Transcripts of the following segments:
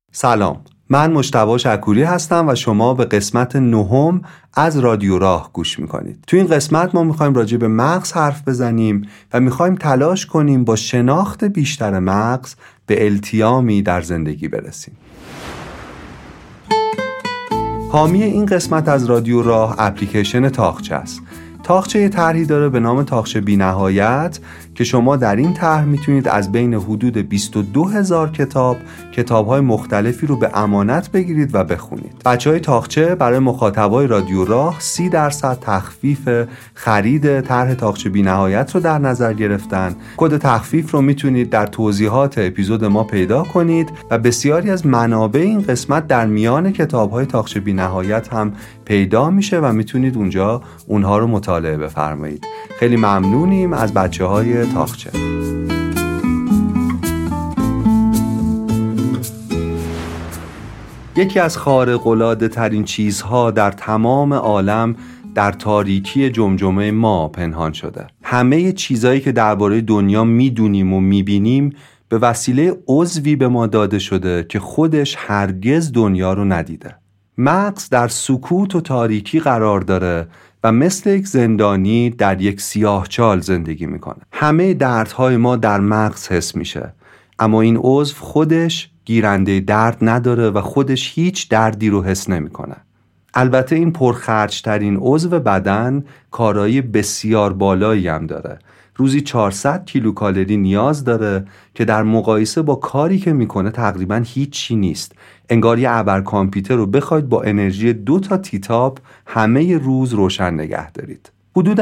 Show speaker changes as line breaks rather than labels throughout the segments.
سلام، من مجتبی شکوری هستم و شما به قسمت 9 از رادیو راه گوش میکنید. تو این قسمت ما میخوایم راجع به مغز حرف بزنیم و میخوایم تلاش کنیم با شناخت بیشتر مغز به التیامی در زندگی برسیم. حامی این قسمت از رادیو راه اپلیکیشن تاقچه است. تاقچه یه طرحی داره به نام تاقچه بی‌نهایت که شما در این طرح میتونید از بین حدود 22,000 کتاب‌های مختلفی رو به امانت بگیرید و بخونید. بچه‌های تاقچه برای مخاطبای رادیو راه 30% تخفیف خرید طرح تاقچه بی‌نهایت رو در نظر گرفتن. کد تخفیف رو میتونید در توضیحات اپیزود ما پیدا کنید و بسیاری از منابع این قسمت در میان کتاب‌های تاقچه بی‌نهایت هم پیدا میشه و میتونید اونجا اونها رو مطالعه بفرمایید. خیلی ممنونیم از بچه‌های تاقچه. یکی از خارق‌العاده ترین چیزها در تمام عالم در تاریکی جمجمه ما پنهان شده. همه چیزایی که درباره دنیا میدونیم و میبینیم به وسیله عضوی به ما داده شده که خودش هرگز دنیا رو ندیده. مغز در سکوت و تاریکی قرار داره و مثل یک زندانی در یک سیاهچال زندگی میکنه. همه دردهای ما در مغز حس میشه، اما این عضو خودش گیرنده درد نداره و خودش هیچ دردی رو حس نمیکنه. البته این پرخرج‌ترین عضو بدن کارایی بسیار بالایی هم داره. روزی 400 کیلوکالری نیاز داره که در مقایسه با کاری که میکنه تقریباً هیچی نیست. انگار یه ابر کامپیوتر رو بخواید با انرژی 2 تیتاب همه روز روشن نگه دارید. حدود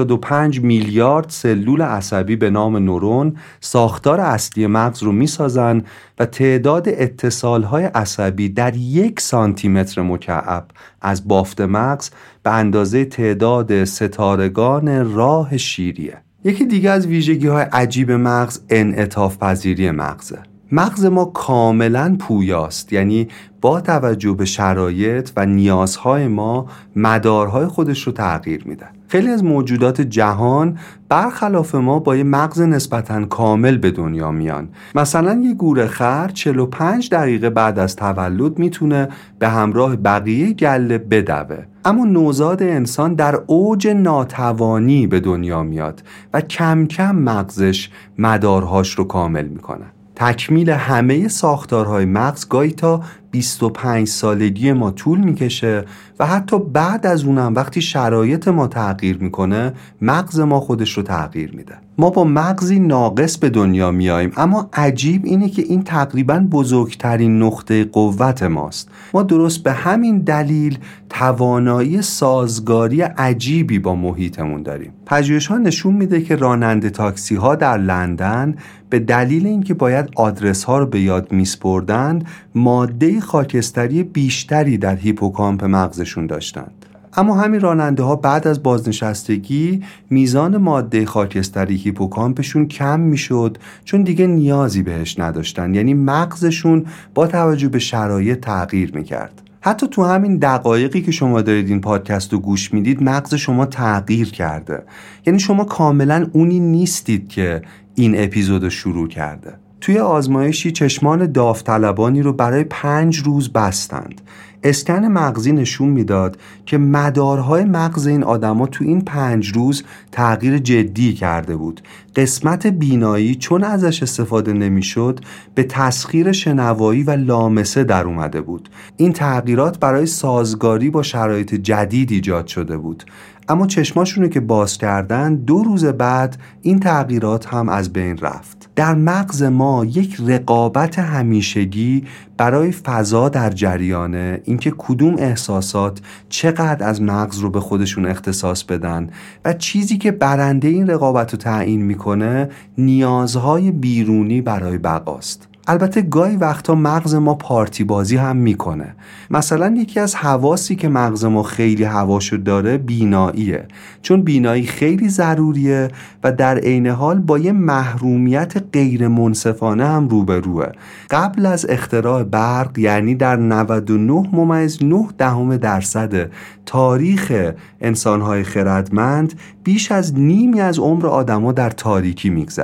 85 میلیارد سلول عصبی به نام نورون ساختار اصلی مغز رو میسازن و تعداد اتصالهای عصبی در 1 سانتیمتر مکعب از بافت مغز به اندازه تعداد ستارگان راه شیریه. یکی دیگه از ویژگی‌های عجیب مغز انعطاف پذیری مغزه. مغز ما کاملاً پویاست، یعنی با توجه به شرایط و نیازهای ما مدارهای خودش رو تغییر میده. خیلی از موجودات جهان برخلاف ما با یه مغز نسبتاً کامل به دنیا میان. مثلا یه گورخر 45 دقیقه بعد از تولد میتونه به همراه بقیه گله بدوه. اما نوزاد انسان در اوج ناتوانی به دنیا میاد و کم کم مغزش مدارهاش رو کامل میکنه. تکمیل همه ساختارهای مغز گاهی تا 25 سالگی ما طول میکشه و حتی بعد از اونم وقتی شرایط ما تغییر میکنه مغز ما خودش رو تغییر میده. ما با مغزی ناقص به دنیا میاییم، اما عجیب اینه که این تقریباً بزرگترین نقطه قوت ماست. ما درست به همین دلیل توانایی سازگاری عجیبی با محیطمون داریم. پژوهش‌ها نشون میده که راننده تاکسی ها در لندن به دلیل اینکه باید آدرس ها رو به یاد میسپردن ماده خاکستری بیشتری در هیپوکامپ مغزشون داشتند. اما همین راننده ها بعد از بازنشستگی میزان ماده خاکستری هیپوکامپشون کم میشد، چون دیگه نیازی بهش نداشتن. یعنی مغزشون با توجه به شرایط تغییر میکرد. حتی تو همین دقایقی که شما دارید این پادکست رو گوش میدید مغز شما تغییر کرده. یعنی شما کاملا اونی نیستید که این اپیزود شروع کرده. توی آزمایشی چشمان داوطلبانی رو برای 5 روز بستند. اسکن مغزی نشون میداد که مدارهای مغز این آدما تو این 5 روز تغییر جدی کرده بود. قسمت بینایی چون ازش استفاده نمیشد به تسخیر شنوایی و لامسه در اومده بود. این تغییرات برای سازگاری با شرایط جدید ایجاد شده بود. اما چشماشونو که باز کردن 2 روز بعد این تغییرات هم از بین رفت. در مغز ما یک رقابت همیشگی برای فضا در جریانه، اینکه کدوم احساسات چقدر از مغز رو به خودشون اختصاص بدن و چیزی که برنده این رقابت رو تعیین میکنه نیازهای بیرونی برای بقاست. البته گاهی وقتا مغز ما پارتی بازی هم میکنه. مثلا یکی از حواسی که مغز ما خیلی حواشو داره بیناییه، چون بینایی خیلی ضروریه و در عین حال با یه محرومیت غیر منصفانه هم روبروه. قبل از اختراع برق، یعنی در 99.9% تاریخ انسانهای خردمند، بیش از نیمی از عمر آدما در تاریکی میگذشت.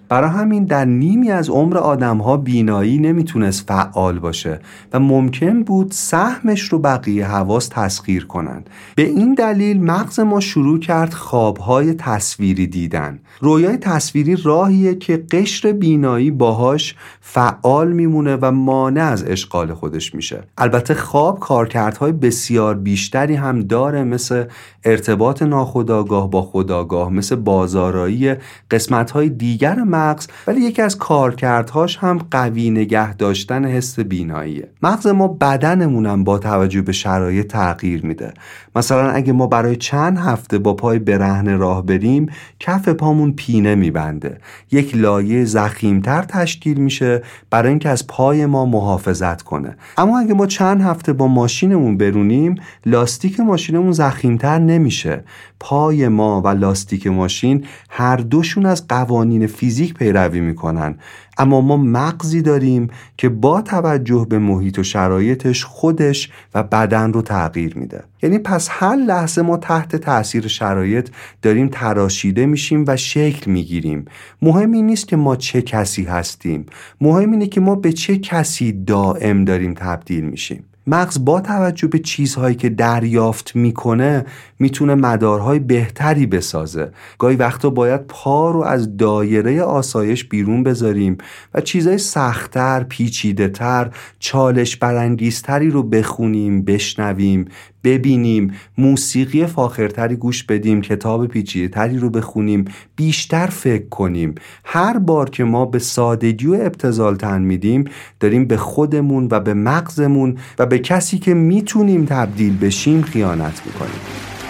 برای همین در نیمی از عمر آدم‌ها بینایی نمیتونست فعال باشه و ممکن بود سهمش رو بقیه حواس تسخیر کنند. به این دلیل مغز ما شروع کرد خواب‌های تصویری دیدن. رویای تصویری راهیه که قشر بینایی باهاش فعال میمونه و مانع از اشغال خودش میشه. البته خواب کارکردهای بسیار بیشتری هم داره، مثل ارتباط ناخودآگاه با خودآگاه، مثل بازآرایی قسمت‌های دیگر مغز، ولی یکی از کارکردهاش هم قوی نگه داشتن حس بیناییه. مغز ما بدنمونم با توجه به شرایط تغییر میده. مثلا اگه ما برای چند هفته با پای برهنه راه بریم، کف پامون پینه میبنده، یک لایه ضخیم‌تر تشکیل میشه برای اینکه از پای ما محافظت کنه. اما اگه ما چند هفته با ماشینمون برونیم، لاستیک ماشینمون ضخیم‌تر نمیشه. پای ما و لاستیک ماشین هر دوشون از قوانین فیزیک پیروی میکنن، اما ما مغزی داریم که با توجه به محیط و شرایطش خودش و بدن رو تغییر میده. یعنی پس هر لحظه ما تحت تأثیر شرایط داریم تراشیده میشیم و شکل میگیریم. مهم این نیست که ما چه کسی هستیم، مهم اینه که ما به چه کسی دائم داریم تبدیل میشیم. مغز با توجه به چیزهایی که دریافت میکنه میتونه مدارهای بهتری بسازه. گاهی وقتا باید پا رو از دایره آسایش بیرون بذاریم و چیزهای سخت‌تر، پیچیده‌تر، چالش برانگیزتری رو بخونیم، بشنویم، ببینیم، موسیقی فاخرتری گوش بدیم، کتاب پیچیده‌تری رو بخونیم، بیشتر فکر کنیم. هر بار که ما به سادگی و ابتذال تن میدیم، داریم به خودمون و به مغزمون و به کسی که میتونیم تبدیل بشیم خیانت میکنیم.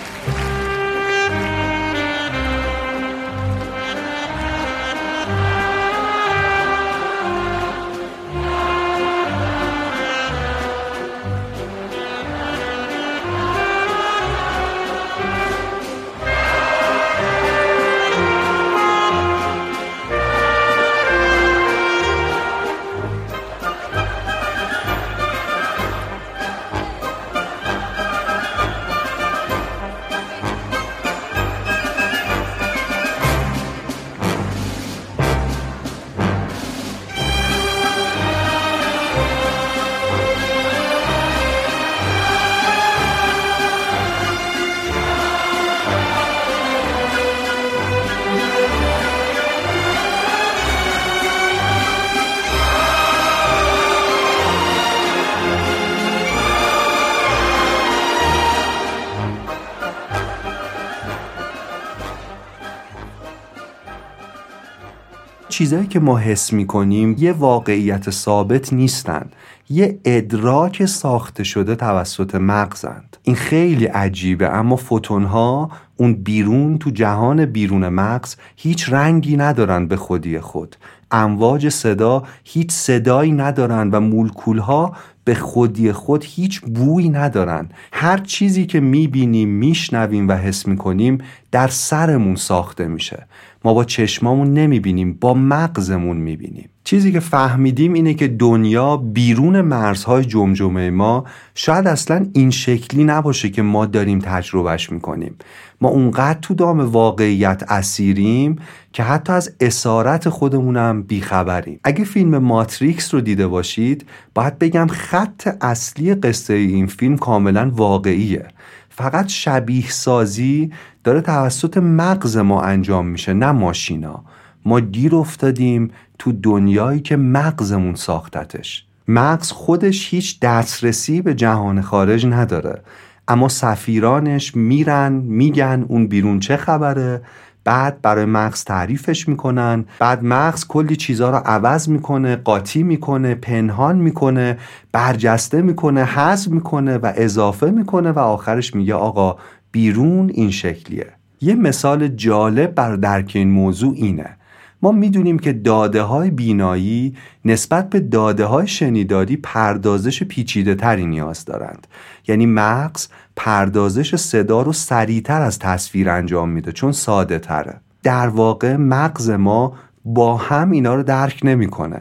چیزایی که ما حس می‌کنیم یه واقعیت ثابت نیستن، یه ادراک ساخته شده توسط مغزند. این خیلی عجیبه، اما فوتون‌ها اون بیرون تو جهان بیرون مغز هیچ رنگی ندارن به خودی خود. امواج صدا هیچ صدایی ندارن و مولکول‌ها به خودی خود هیچ بویی ندارن. هر چیزی که میبینیم، میشنویم و حس میکنیم در سرمون ساخته میشه. ما با چشمامون نمیبینیم، با مغزمون میبینیم. چیزی که فهمیدیم اینه که دنیا بیرون مرزهای جمجمه ما شاید اصلا این شکلی نباشه که ما داریم تجربهش میکنیم. ما اونقدر تو دام واقعیت اسیریم که حتی از اسارت خودمونم بیخبریم. اگه فیلم ماتریکس رو دیده باشید، باید بگم خط اصلی قصه این فیلم کاملا واقعیه. فقط شبیه سازی داره توسط مغز ما انجام میشه، نه ماشینا. ما گیر افتادیم تو دنیایی که مغزمون ساختتش. مغز خودش هیچ دسترسی به جهان خارج نداره، اما سفیرانش میرن میگن اون بیرون چه خبره، بعد برای مغز تعریفش میکنن، بعد مغز کلی چیزا رو عوض میکنه، قاطی میکنه، پنهان میکنه، برجسته میکنه، حذف میکنه و اضافه میکنه و آخرش میگه آقا بیرون این شکلیه. یه مثال جالب بر درک این موضوع اینه. ما میدونیم که داده‌های بینایی نسبت به داده‌های شنیداری پردازش پیچیده تری نیاز دارند. یعنی مغز پردازش صدا رو سریعتر از تصویر انجام میده چون ساده تره. در واقع مغز ما با هم اینا رو درک نمی‌کنه.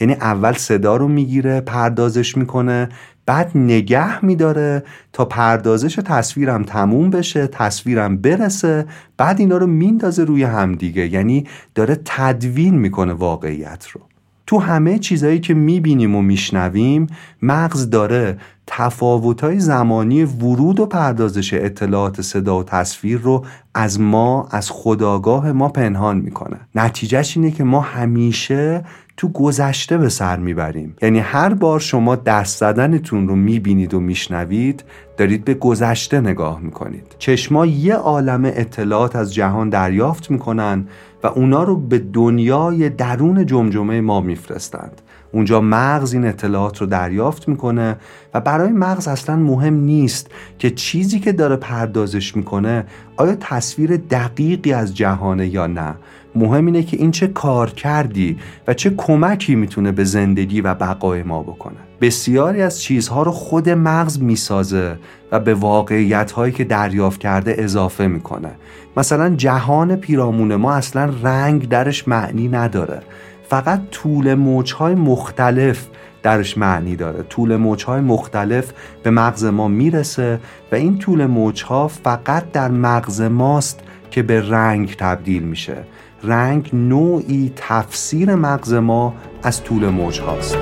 یعنی اول صدا رو میگیره، پردازش میکنه، بعد نگه میداره تا پردازش تصویرم تموم بشه، تصویرم برسه، بعد اینا رو میندازه روی همدیگه. یعنی داره تدوین میکنه واقعیت رو. تو همه چیزایی که میبینیم و میشنویم مغز داره تفاوت‌های زمانی ورود و پردازش اطلاعات صدا و تصویر رو از ما، از خودآگاه ما پنهان میکنه. نتیجهش اینه که ما همیشه تو گذشته به سر میبریم. یعنی هر بار شما دست زدنتون رو میبینید و میشنوید دارید به گذشته نگاه میکنید. چشما یه عالمه اطلاعات از جهان دریافت میکنن و اونا رو به دنیای درون جمجمه ما میفرستند. اونجا مغز این اطلاعات رو دریافت میکنه و برای مغز اصلا مهم نیست که چیزی که داره پردازش میکنه آیا تصویر دقیقی از جهانه یا نه. مهم اینه که این چه کار کردی و چه کمکی میتونه به زندگی و بقای ما بکنه. بسیاری از چیزها رو خود مغز میسازه و به واقعیت‌هایی که دریافت کرده اضافه میکنه. مثلا جهان پیرامون ما اصلا رنگ درش معنی نداره، فقط طول موج‌های مختلف درش معنی داره. طول موج‌های مختلف به مغز ما میرسه و این طول موج‌ها فقط در مغز ماست که به رنگ تبدیل میشه. رنگ نوعی تفسیر مغز ما از طول موج‌هاست.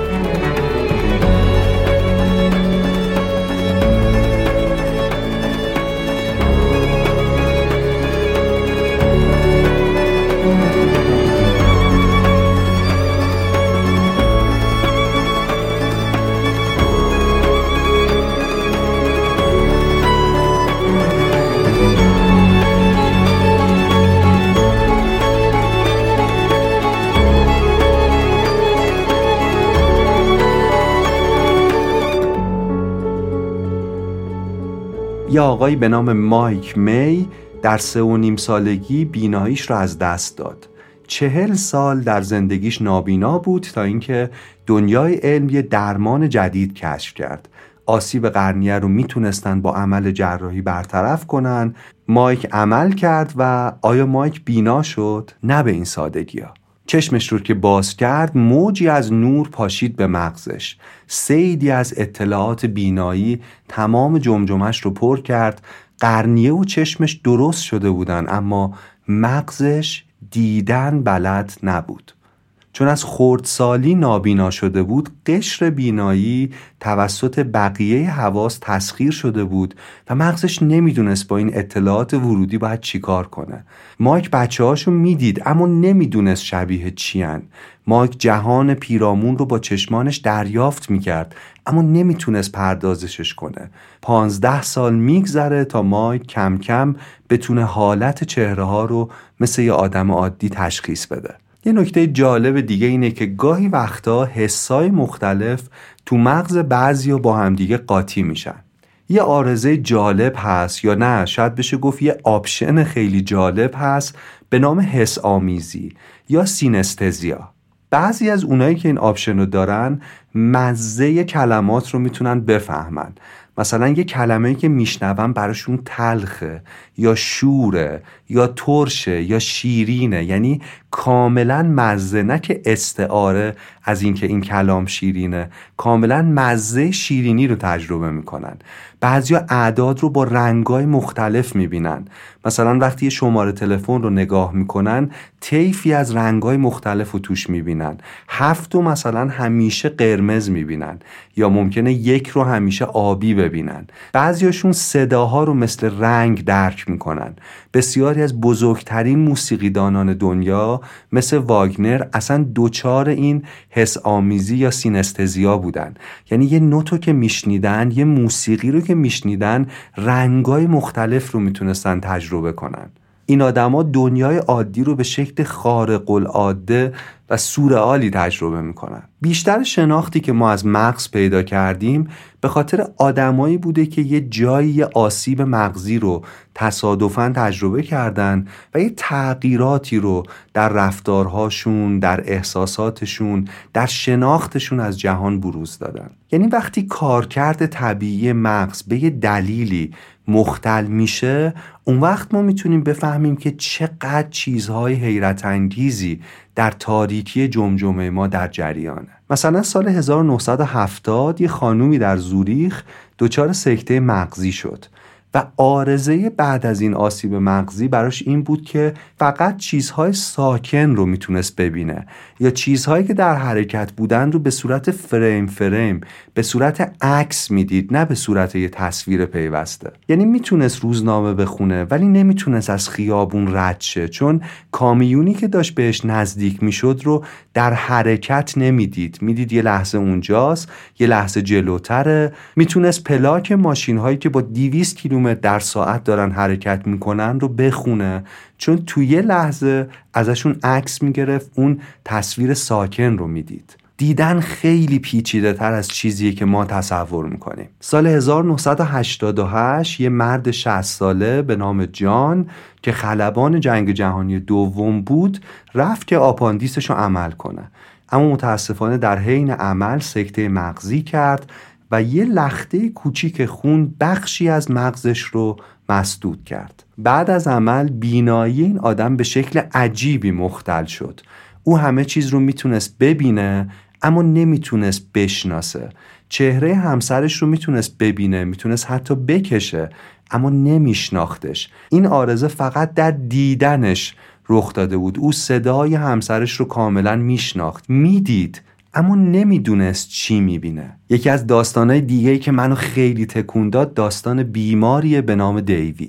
یه آقایی به نام مایک می در 3.5 سالگی بیناییش رو از دست داد. 40 سال در زندگیش نابینا بود تا اینکه دنیای علم یه درمان جدید کشف کرد. آسیب قرنیه رو میتونستن با عمل جراحی برطرف کنن. مایک عمل کرد و آیا مایک بینا شد؟ نه به این سادگی ها. چشمش رو که باز کرد موجی از نور پاشید به مغزش. سیدی از اطلاعات بینایی تمام جمجمش رو پر کرد. قرنیه و چشمش درست شده بودن اما مغزش دیدن بلد نبود. چون از خردسالی نابینا شده بود قشر بینایی توسط بقیه حواس تسخیر شده بود و مغزش نمیدونست با این اطلاعات ورودی باید چیکار کنه. مایک بچه‌هاشو میدید اما نمیدونست شبیه چیان. مایک جهان پیرامون رو با چشمانش دریافت میکرد اما نمیتونست پردازشش کنه. 15 سال میگذره تا مایک کم کم بتونه حالت چهره ها رو مثل یه آدم عادی تشخیص بده. یه نکته جالب دیگه اینه که گاهی وقتا حسای مختلف تو مغز بعضیا با همدیگه قاطی میشن. یه عارضه جالب هست یا نه شاید بشه گفت یه آپشن خیلی جالب هست به نام حس آمیزی یا سینستزیا. بعضی از اونایی که این آپشن رو دارن مزه کلمات رو میتونن بفهمن. مثلا یه کلمه‌ای که میشنون براشون تلخه یا شوره یا ترشه یا شیرینه، یعنی کاملا مزه، نه که استعاره از این که این کلام شیرینه، کاملا مزه شیرینی رو تجربه میکنن. بعضیا اعداد رو با رنگای مختلف میبینن. مثلا وقتی یه شماره تلفن رو نگاه میکنن طیفی از رنگای مختلف رو توش میبینن. 7 رو مثلا همیشه قرمز میبینن یا ممکنه 1 رو همیشه آبی ببینن. بعضیاشون صداها رو مثل رنگ درک میکنن. بسیاری از بزرگترین موسیقیدانان دنیا مثل واگنر اصلا دوچار این حس آمیزی یا سینستزیا بودن. یعنی یه نوتو که میشنیدن، یه موسیقی رو که میشنیدن، رنگای مختلف رو میتونستن تجربه کنن. این آدما دنیای عادی رو به شکل خارق العاده و سورئالی تجربه میکنن. بیشتر شناختی که ما از مغز پیدا کردیم به خاطر آدمایی بوده که یه جایی آسیب مغزی رو تصادفاً تجربه کردن و یه تغییراتی رو در رفتارهاشون، در احساساتشون، در شناختشون از جهان بروز دادن. یعنی وقتی کارکرد طبیعی مغز به یه دلیلی مختل میشه، اون وقت ما میتونیم بفهمیم که چقدر چیزهای حیرت انگیزی در تاریکی جمجمه ما در جریانه. مثلا سال 1970 یه خانومی در زوریخ دچار سکته مغزی شد و عارضه بعد از این آسیب مغزی براش این بود که فقط چیزهای ساکن رو میتونست ببینه یا چیزهایی که در حرکت بودن رو به صورت فریم به صورت عکس میدید، نه به صورت یه تصویر پیوسته. یعنی میتونست روزنامه بخونه ولی نمیتونست از خیابون رد شه، چون کامیونی که داشت بهش نزدیک میشد رو در حرکت میدید یه لحظه اونجاست، یه لحظه جلوتره. میتونست پلاک ماشین‌هایی که با 200 کیلومتر در ساعت دارن حرکت میکنن رو بخونه، چون توی یه لحظه ازشون عکس میگرفت، اون تصویر ساکن رو میدید. دیدن خیلی پیچیده تر از چیزیه که ما تصور میکنیم. سال 1988 یه مرد 60 ساله به نام جان که خلبان جنگ جهانی دوم بود رفت که آپاندیسش رو عمل کنه، اما متاسفانه در حین عمل سکته مغزی کرد و یه لخته کوچیک خون بخشی از مغزش رو مسدود کرد. بعد از عمل بینایی این آدم به شکل عجیبی مختل شد. او همه چیز رو میتونست ببینه اما نمیتونست بشناسه. چهره همسرش رو میتونست ببینه، میتونست حتی بکشه، اما نمیشناختش. این عارضه فقط در دیدنش رخ داده بود. او صدای همسرش رو کاملا میشناخت، میدید اما نمیدونست چی میبینه. یکی از داستانهای دیگه‌ای که منو خیلی تکون داد داستان بیماریه به نام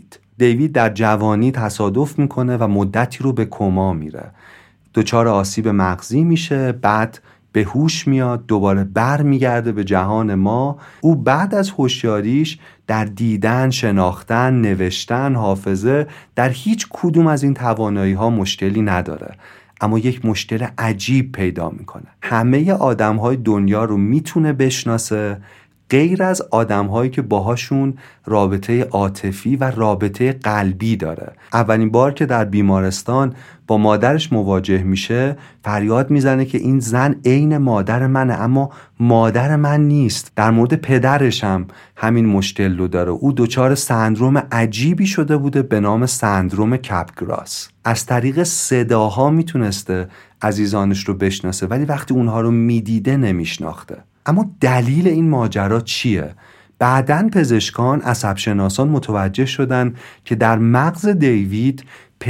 دیوید در جوانی تصادف میکنه و مدتی رو به کما میره. دچار آسیب مغزی میشه، بعد به هوش میاد، دوباره بر میگرده به جهان ما. او بعد از هوشیاریش در دیدن، شناختن، نوشتن، حافظه، در هیچ کدوم از این توانایی ها مشکلی نداره، اما یک مشکل عجیب پیدا میکنه. همه آدم‌های دنیا رو میتونه بشناسه غیر از آدم‌هایی که باهاشون رابطه عاطفی و رابطه قلبی داره. اولین بار که در بیمارستان با مادرش مواجه میشه فریاد میزنه که این زن عین مادر منه اما مادر من نیست. در مورد پدرش هم همین مشکل رو داره. او دچار سندروم عجیبی شده بوده به نام سندروم کپگراس. از طریق صداها میتونسته عزیزانش رو بشناسه ولی وقتی اونها رو میدیده نمیشناخته. اما دلیل این ماجرا چیه؟ بعداً پزشکان، عصبشناسان متوجه شدن که در مغز دیوید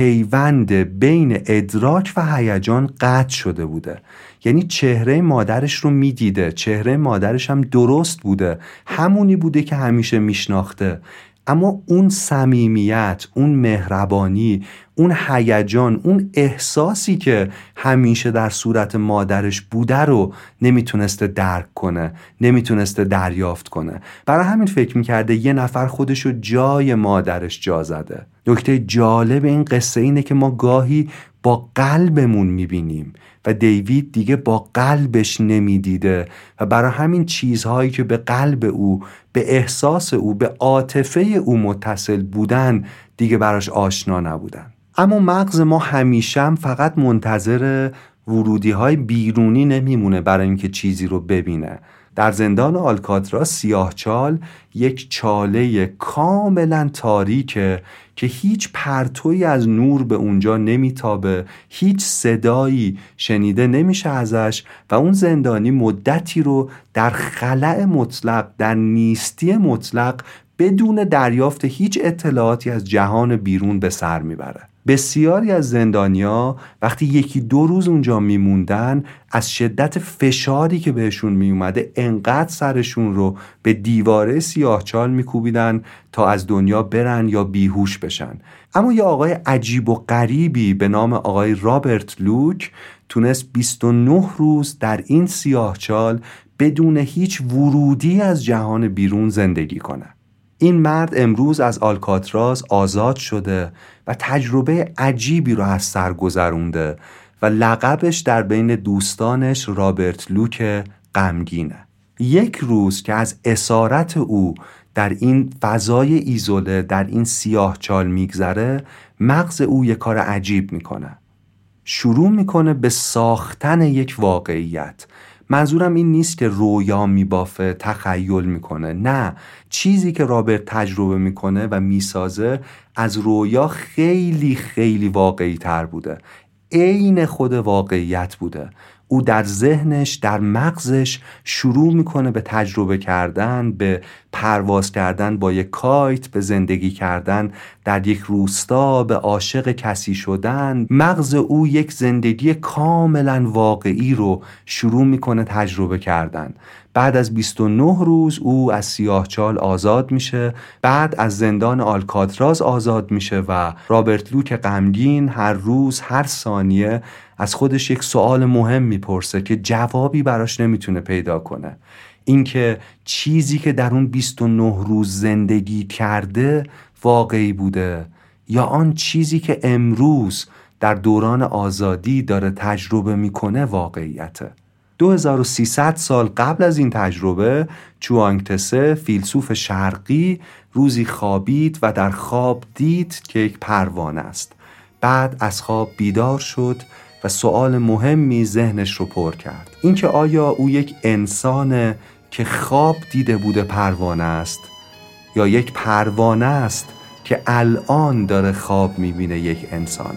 پیوند بین ادراک و هیجان قطع شده بوده. یعنی چهره مادرش رو میدیده، چهره مادرش هم درست بوده، همونی بوده که همیشه میشناخته، اما اون صمیمیت، اون مهربانی، اون هیجان، اون احساسی که همیشه در صورت مادرش بوده رو نمیتونسته درک کنه، نمیتونسته دریافت کنه. برای همین فکر میکرده یه نفر خودشو جای مادرش جا زده. نکته جالب این قصه اینه که ما گاهی با قلبمون میبینیم و دیوید دیگه با قلبش نمیدیده و برای همین چیزهایی که به قلب او، به احساس او، به عاطفه او متصل بودن دیگه براش آشنا نبودن. اما مغز ما همیشه هم فقط منتظر ورودی‌های بیرونی نمیمونه برای اینکه چیزی رو ببینه. در زندان آلکاتراز سیاهچال یک چاله کاملا تاریکه که هیچ پرتویی از نور به اونجا نمیتابه، هیچ صدایی شنیده نمیشه ازش و اون زندانی مدتی رو در خلأ مطلق، در نیستی مطلق، بدون دریافت هیچ اطلاعاتی از جهان بیرون به سر میبره. بسیاری از زندانیا وقتی 1-2 روز اونجا میموندن از شدت فشاری که بهشون میومده انقدر سرشون رو به دیواره سیاهچال میکوبیدن تا از دنیا برن یا بیهوش بشن. اما یه آقای عجیب و غریبی به نام آقای رابرت لوک تونست 29 روز در این سیاهچال بدون هیچ ورودی از جهان بیرون زندگی کنه. این مرد امروز از آلکاتراز آزاد شده و تجربه عجیبی رو از سر گذرونده و لقبش در بین دوستانش رابرت لوک غمگینه. یک روز که از اسارت او در این فضای ایزوله، در این سیاهچال میگذره، مغز او یک کار عجیب میکنه. شروع میکنه به ساختن یک واقعیت. منظورم این نیست که رویا میبافه، تخیل میکنه. نه، چیزی که رابرت تجربه میکنه و میسازه از رویا خیلی خیلی واقعی تر بوده. عین خود واقعیت بوده. او در ذهنش، در مغزش شروع میکنه به تجربه کردن، به پرواز کردن با یک کایت، به زندگی کردن در یک روستا، به عاشق کسی شدن. مغز او یک زندگی کاملا واقعی رو شروع میکنه تجربه کردن. بعد از 29 روز او از سیاهچال آزاد میشه، بعد از زندان آلکاتراز آزاد میشه و رابرت لوک غمگین هر روز، هر ثانیه از خودش یک سوال مهم میپرسه که جوابی براش نمیتونه پیدا کنه. اینکه چیزی که در اون 29 روز زندگی کرده واقعی بوده یا آن چیزی که امروز در دوران آزادی داره تجربه میکنه واقعیته. 2300 سال قبل از این تجربه، چوانگ تسه، فیلسوف شرقی، روزی خوابید و در خواب دید که یک پروانه است. بعد از خواب بیدار شد و سوال مهمی ذهنش رو پر کرد. اینکه آیا او یک انسانه که خواب دیده بوده پروانه است یا یک پروانه است که الان داره خواب میبینه یک انسانه.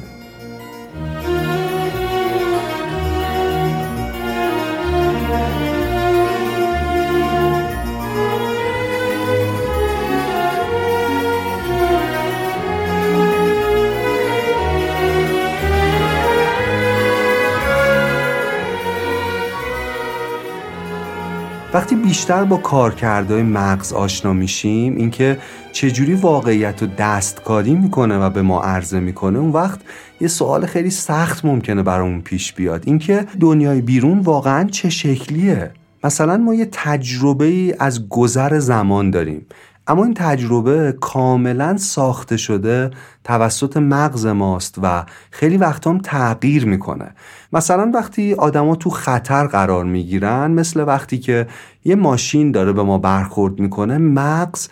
وقتی بیشتر با کارکردهای مغز آشنا میشیم، اینکه چجوری واقعیت رو دستکاری میکنه و به ما عرضه میکنه، اون وقت یه سوال خیلی سخت ممکنه برامون پیش بیاد. اینکه دنیای بیرون واقعا چه شکلیه؟ مثلا ما یه تجربه از گذر زمان داریم، اما این تجربه کاملا ساخته شده توسط مغز ماست و خیلی وقتا هم تغییر میکنه. مثلا وقتی آدما تو خطر قرار میگیرن، مثل وقتی که یه ماشین داره به ما برخورد میکنه، مغز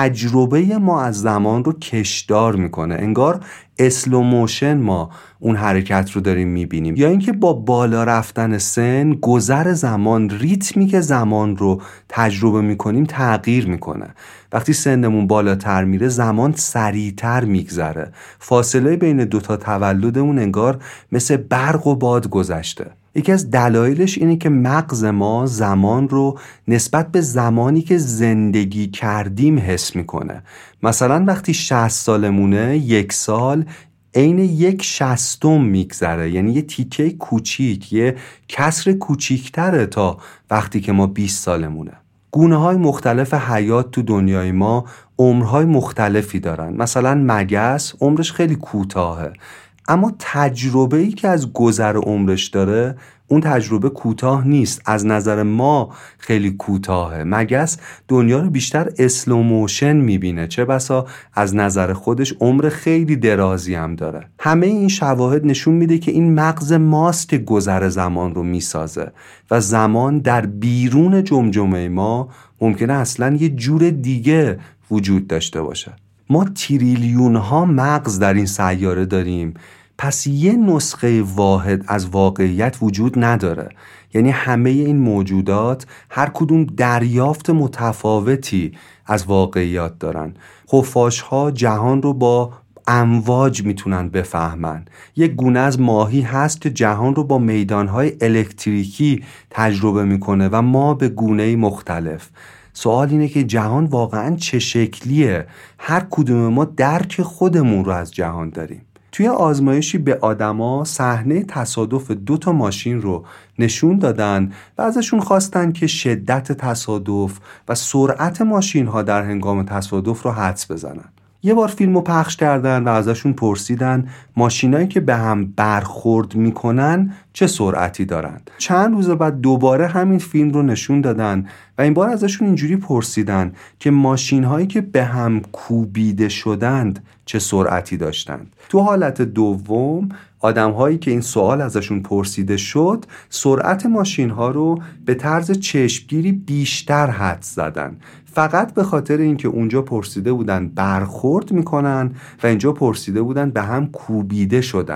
تجربه ما از زمان رو کشدار میکنه، انگار اسلو موشن ما اون حرکت رو داریم میبینیم. یا اینکه با بالا رفتن سن، گذر زمان، ریتمی که زمان رو تجربه میکنیم تغییر میکنه. وقتی سنمون بالاتر میره، زمان سریعتر میگذره. فاصله بین دوتا تولدمون انگار مثل برق و باد گذشته. یکی از دلایلش اینه که مغز ما زمان رو نسبت به زمانی که زندگی کردیم حس میکنه. مثلا وقتی 60 سالمونه، 1 سال عین 1/60 میگذره، یعنی یه تیکه کوچیک، یه کسر کوچیکتره تا وقتی که ما 20 سالمونه. گونه‌های مختلف حیات تو دنیای ما عمرهای مختلفی دارن. مثلا مگس عمرش خیلی کوتاهه، اما تجربه‌ای که از گذر عمرش داره، اون تجربه کوتاه نیست، از نظر ما خیلی کوتاهه. مگس دنیا رو بیشتر اسلو موشن میبینه، چه بسا از نظر خودش عمر خیلی درازی هم داره. همه این شواهد نشون میده که این مغز ماست که گذر زمان رو میسازه و زمان در بیرون جمجمه ما ممکنه اصلا یه جور دیگه وجود داشته باشه. ما تریلیون ها مغز در این سیاره داریم، پس یه نسخه واحد از واقعیت وجود نداره. یعنی همه این موجودات هر کدوم دریافت متفاوتی از واقعیات دارن. خفاش ها جهان رو با امواج میتونن بفهمن. یک گونه از ماهی هست که جهان رو با میدانهای الکتریکی تجربه میکنه و ما به گونه‌ای مختلف. سوال اینه که جهان واقعا چه شکلیه؟ هر کدوم ما درک خودمون رو از جهان داریم. توی آزمایشی به آدما صحنه تصادف 2 ماشین رو نشون دادن و ازشون خواستن که شدت تصادف و سرعت ماشین ها در هنگام تصادف رو حدس بزنن. یه بار فیلمو پخش کردن و ازشون پرسیدن ماشینایی که به هم برخورد میکنن چه سرعتی دارن. چند روز بعد دوباره همین فیلم رو نشون دادن و این بار ازشون اینجوری پرسیدن که ماشینهایی که به هم کوبیده شدند چه سرعتی داشتند. تو حالت دوم آدم‌هایی که این سوال ازشون پرسیده شد سرعت ماشین‌ها رو به طرز چشمگیری بیشتر حدس زدن، فقط به خاطر اینکه اونجا پرسیده بودن برخورد میکنن و اینجا پرسیده بودن به هم کوبیده شدن.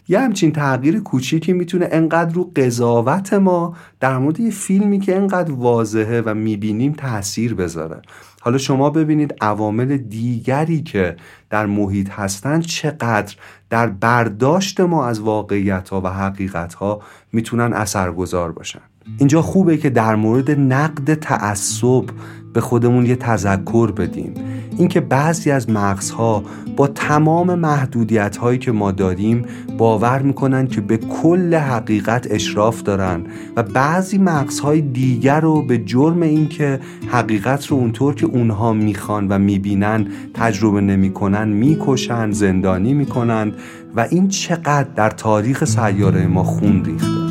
یه همچین تغییر کوچیکی میتونه انقدر رو قضاوت ما در مورد یه فیلمی که انقدر واضحه و میبینیم تأثیر بذاره. حالا شما ببینید عوامل دیگری که در محیط هستن چقدر در برداشت ما از واقعیت‌ها و حقیقت‌ها میتونن اثرگذار باشن. اینجا خوبه که در مورد نقد تعصب به خودمون یه تذکر بدیم. اینکه بعضی از مغزها با تمام محدودیت‌هایی که ما داریم باور میکنن که به کل حقیقت اشراف دارن و بعضی مغزهای دیگر رو به جرم اینکه حقیقت رو اونطور که اونها میخوان و میبینن تجربه نمیکنن میکشن، زندانی میکنن و این چقدر در تاریخ سیاره ما خون ریخته.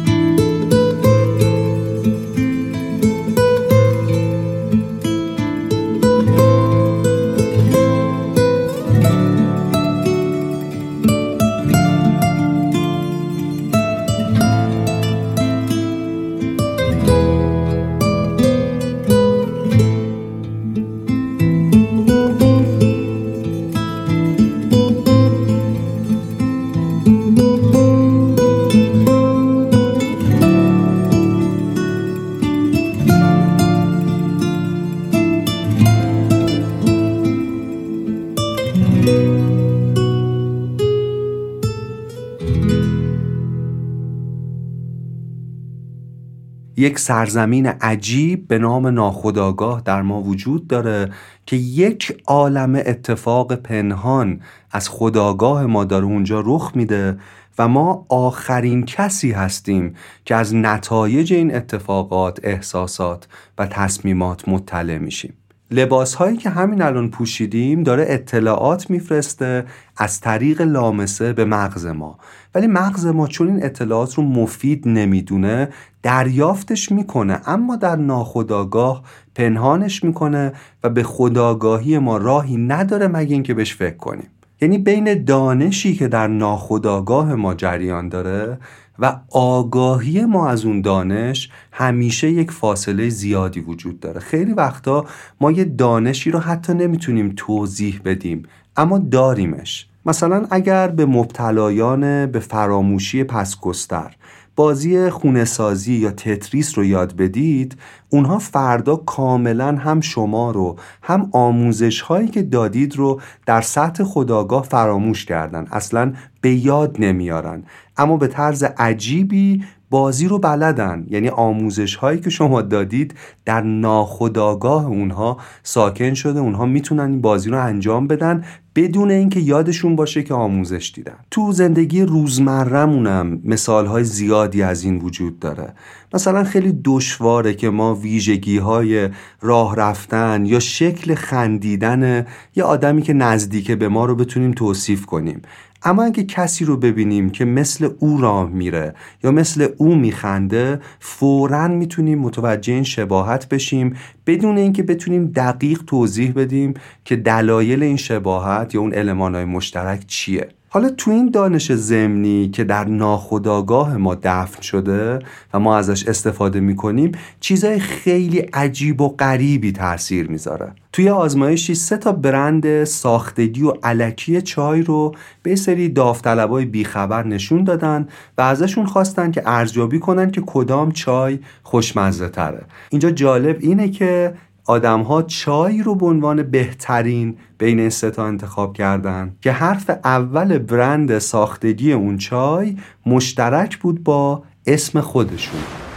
یک سرزمین عجیب به نام ناخودآگاه در ما وجود داره که یک عالم اتفاق پنهان از خودآگاه ما داره اونجا رخ میده و ما آخرین کسی هستیم که از نتایج این اتفاقات، احساسات و تصمیمات مطلع میشیم. لباس هایی که همین الان پوشیدیم داره اطلاعات میفرسته از طریق لامسه به مغز ما، ولی مغز ما چون این اطلاعات رو مفید نمیدونه دریافتش میکنه، اما در ناخودآگاه پنهانش میکنه و به خودآگاهی ما راهی نداره مگه اینکه بهش فکر کنیم. یعنی بین دانشی که در ناخودآگاه ما جریان داره و آگاهی ما از اون دانش همیشه یک فاصله زیادی وجود داره. خیلی وقتا ما یه دانشی رو حتی نمیتونیم توضیح بدیم اما داریمش. مثلا اگر به مبتلایان به فراموشی پس‌گستر بازی خونه‌سازی یا تتریس رو یاد بدید، اونها فردا کاملا هم شما رو هم آموزش هایی که دادید رو در سطح خودآگاه فراموش کردن، اصلا به یاد نمیارن، اما به طرز عجیبی بازی رو بلدن. یعنی آموزش هایی که شما دادید در ناخودآگاه اونها ساکن شده، اونها میتونن این بازی رو انجام بدن بدون اینکه یادشون باشه که آموزش دیدن. تو زندگی روزمره‌مونم مثال‌های زیادی از این وجود داره. مثلا خیلی دشواره که ما ویژگی‌های راه رفتن یا شکل خندیدن یه آدمی که نزدیکه به ما رو بتونیم توصیف کنیم، اما اگه کسی رو ببینیم که مثل او راه میره یا مثل او میخنده، فوراً میتونیم متوجه این شباهت بشیم بدون اینکه بتونیم دقیق توضیح بدیم که دلایل این شباهت یا اون المان‌های مشترک چیه. حالا تو این دانش ضمنی که در ناخودآگاه ما دفن شده و ما ازش استفاده میکنیم، چیزای خیلی عجیب و غریبی تاثیر میذاره. توی آزمایشی 3 برند ساختگی و الکی چای رو به سری داوطلبای بیخبر نشون دادن و ازشون خواستن که ارزیابی کنن که کدام چای خوشمزه تره. اینجا جالب اینه که آدم‌ها چای رو به عنوان بهترین بین این 3 انتخاب کردن که حرف اول برند ساختگی اون چای مشترک بود با اسم خودشون.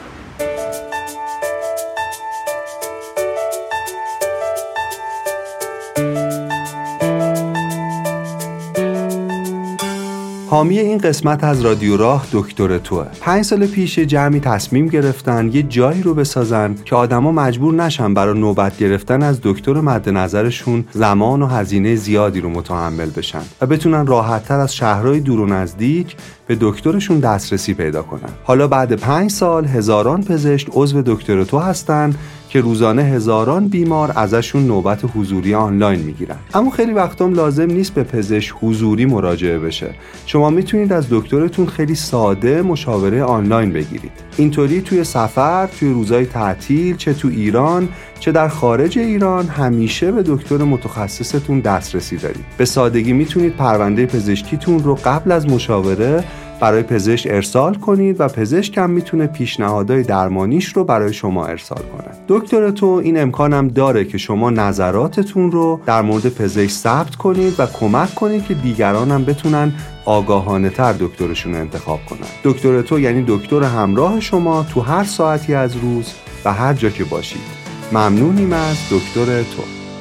حامی این قسمت از رادیو راه دکتر توه. 5 سال پیش جمعی تصمیم گرفتن یه جایی رو بسازن که آدما مجبور نشن برای نوبت گرفتن از دکتر مد نظرشون زمان و هزینه زیادی رو متحمل بشن و بتونن راحت‌تر از شهرهای دور و نزدیک به دکترشون دسترسی پیدا کنن. حالا بعد 5 سال هزاران پزشک عضو دکتر تو هستن که روزانه هزاران بیمار ازشون نوبت حضوری آنلاین میگیرن. اما خیلی وقتام لازم نیست به پزشک حضوری مراجعه بشه. شما میتونید از دکترتون خیلی ساده مشاوره آنلاین بگیرید. اینطوری توی سفر، توی روزهای تعطیل، چه تو ایران چه در خارج ایران، همیشه به دکتر متخصصتون دسترسی دارید. به سادگی میتونید پرونده پزشکیتون رو قبل از مشاوره برای پزشک ارسال کنید و پزشک هم میتونه پیشنهادهای درمانیش رو برای شما ارسال کنه. دکترتو این امکانم داره که شما نظراتتون رو در مورد پزشک ثبت کنید و کمک کنید که دیگران هم بتونن آگاهانه تر دکترشون رو انتخاب کنن. دکترتو یعنی دکتر همراه شما تو هر ساعتی از روز و هر جا که باشید. ممنونیم از دکتر تو.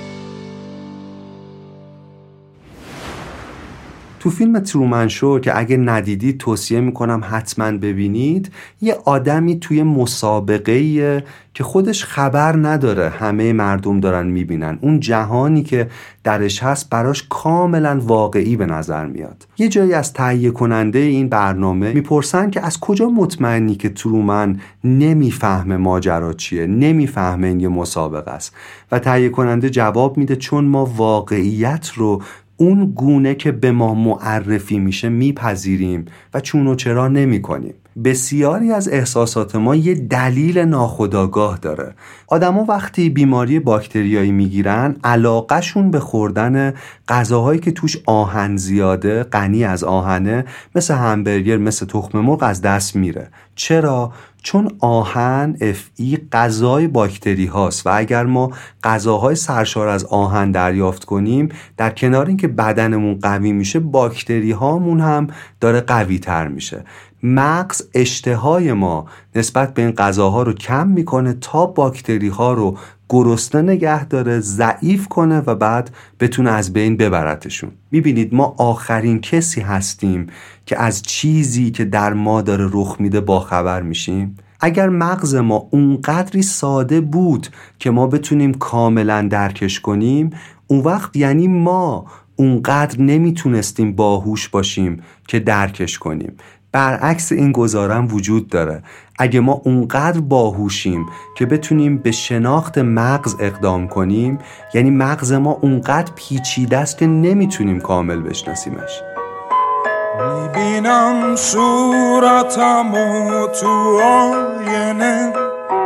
تو فیلم ترومن شو که اگه ندیدید توصیه میکنم حتما ببینید، یه آدمی توی مسابقه‌ایه که خودش خبر نداره همه مردم دارن میبینن. اون جهانی که درش هست براش کاملا واقعی به نظر میاد. یه جایی از تهیه کننده این برنامه میپرسن که از کجا مطمئنی که ترومن نمیفهمه ماجرا چیه، نمیفهمه این یه مسابقه است؟ و تهیه کننده جواب میده چون ما واقعیت رو اون گونه که به ما معرفی میشه میپذیریم و چون و چرا نمی کنیم. بسیاری از احساسات ما یه دلیل ناخودآگاه داره. آدما وقتی بیماری باکتریایی میگیرن علاقهشون به خوردن غذاهایی که توش آهن زیاده، غنی از آهنه، مثل همبرگر، مثل تخم مرغ از دست میره. چرا؟ چون آهن Fe غذای باکتری هاست و اگر ما غذاهای سرشار از آهن دریافت کنیم، در کنار اینکه بدنمون قوی میشه، باکتری هامون هم داره قوی تر میشه. مغز اشتهای ما نسبت به این غذاها رو کم میکنه تا باکتری ها رو گرسنه نگه داره، ضعیف کنه و بعد بتونه از بین ببرتشون. میبینید ما آخرین کسی هستیم که از چیزی که در ما داره رخ میده باخبر میشیم. اگر مغز ما اونقدری ساده بود که ما بتونیم کاملا درکش کنیم، اون وقت یعنی ما اونقدر نمیتونستیم باهوش باشیم که درکش کنیم. برعکس این گزارم وجود داره. اگه ما اونقدر باهوشیم که بتونیم به شناخت مغز اقدام کنیم، یعنی مغز ما اونقدر پیچیده است که نمیتونیم کامل بشناسیمش.
میبینم صورتمو تو آینه،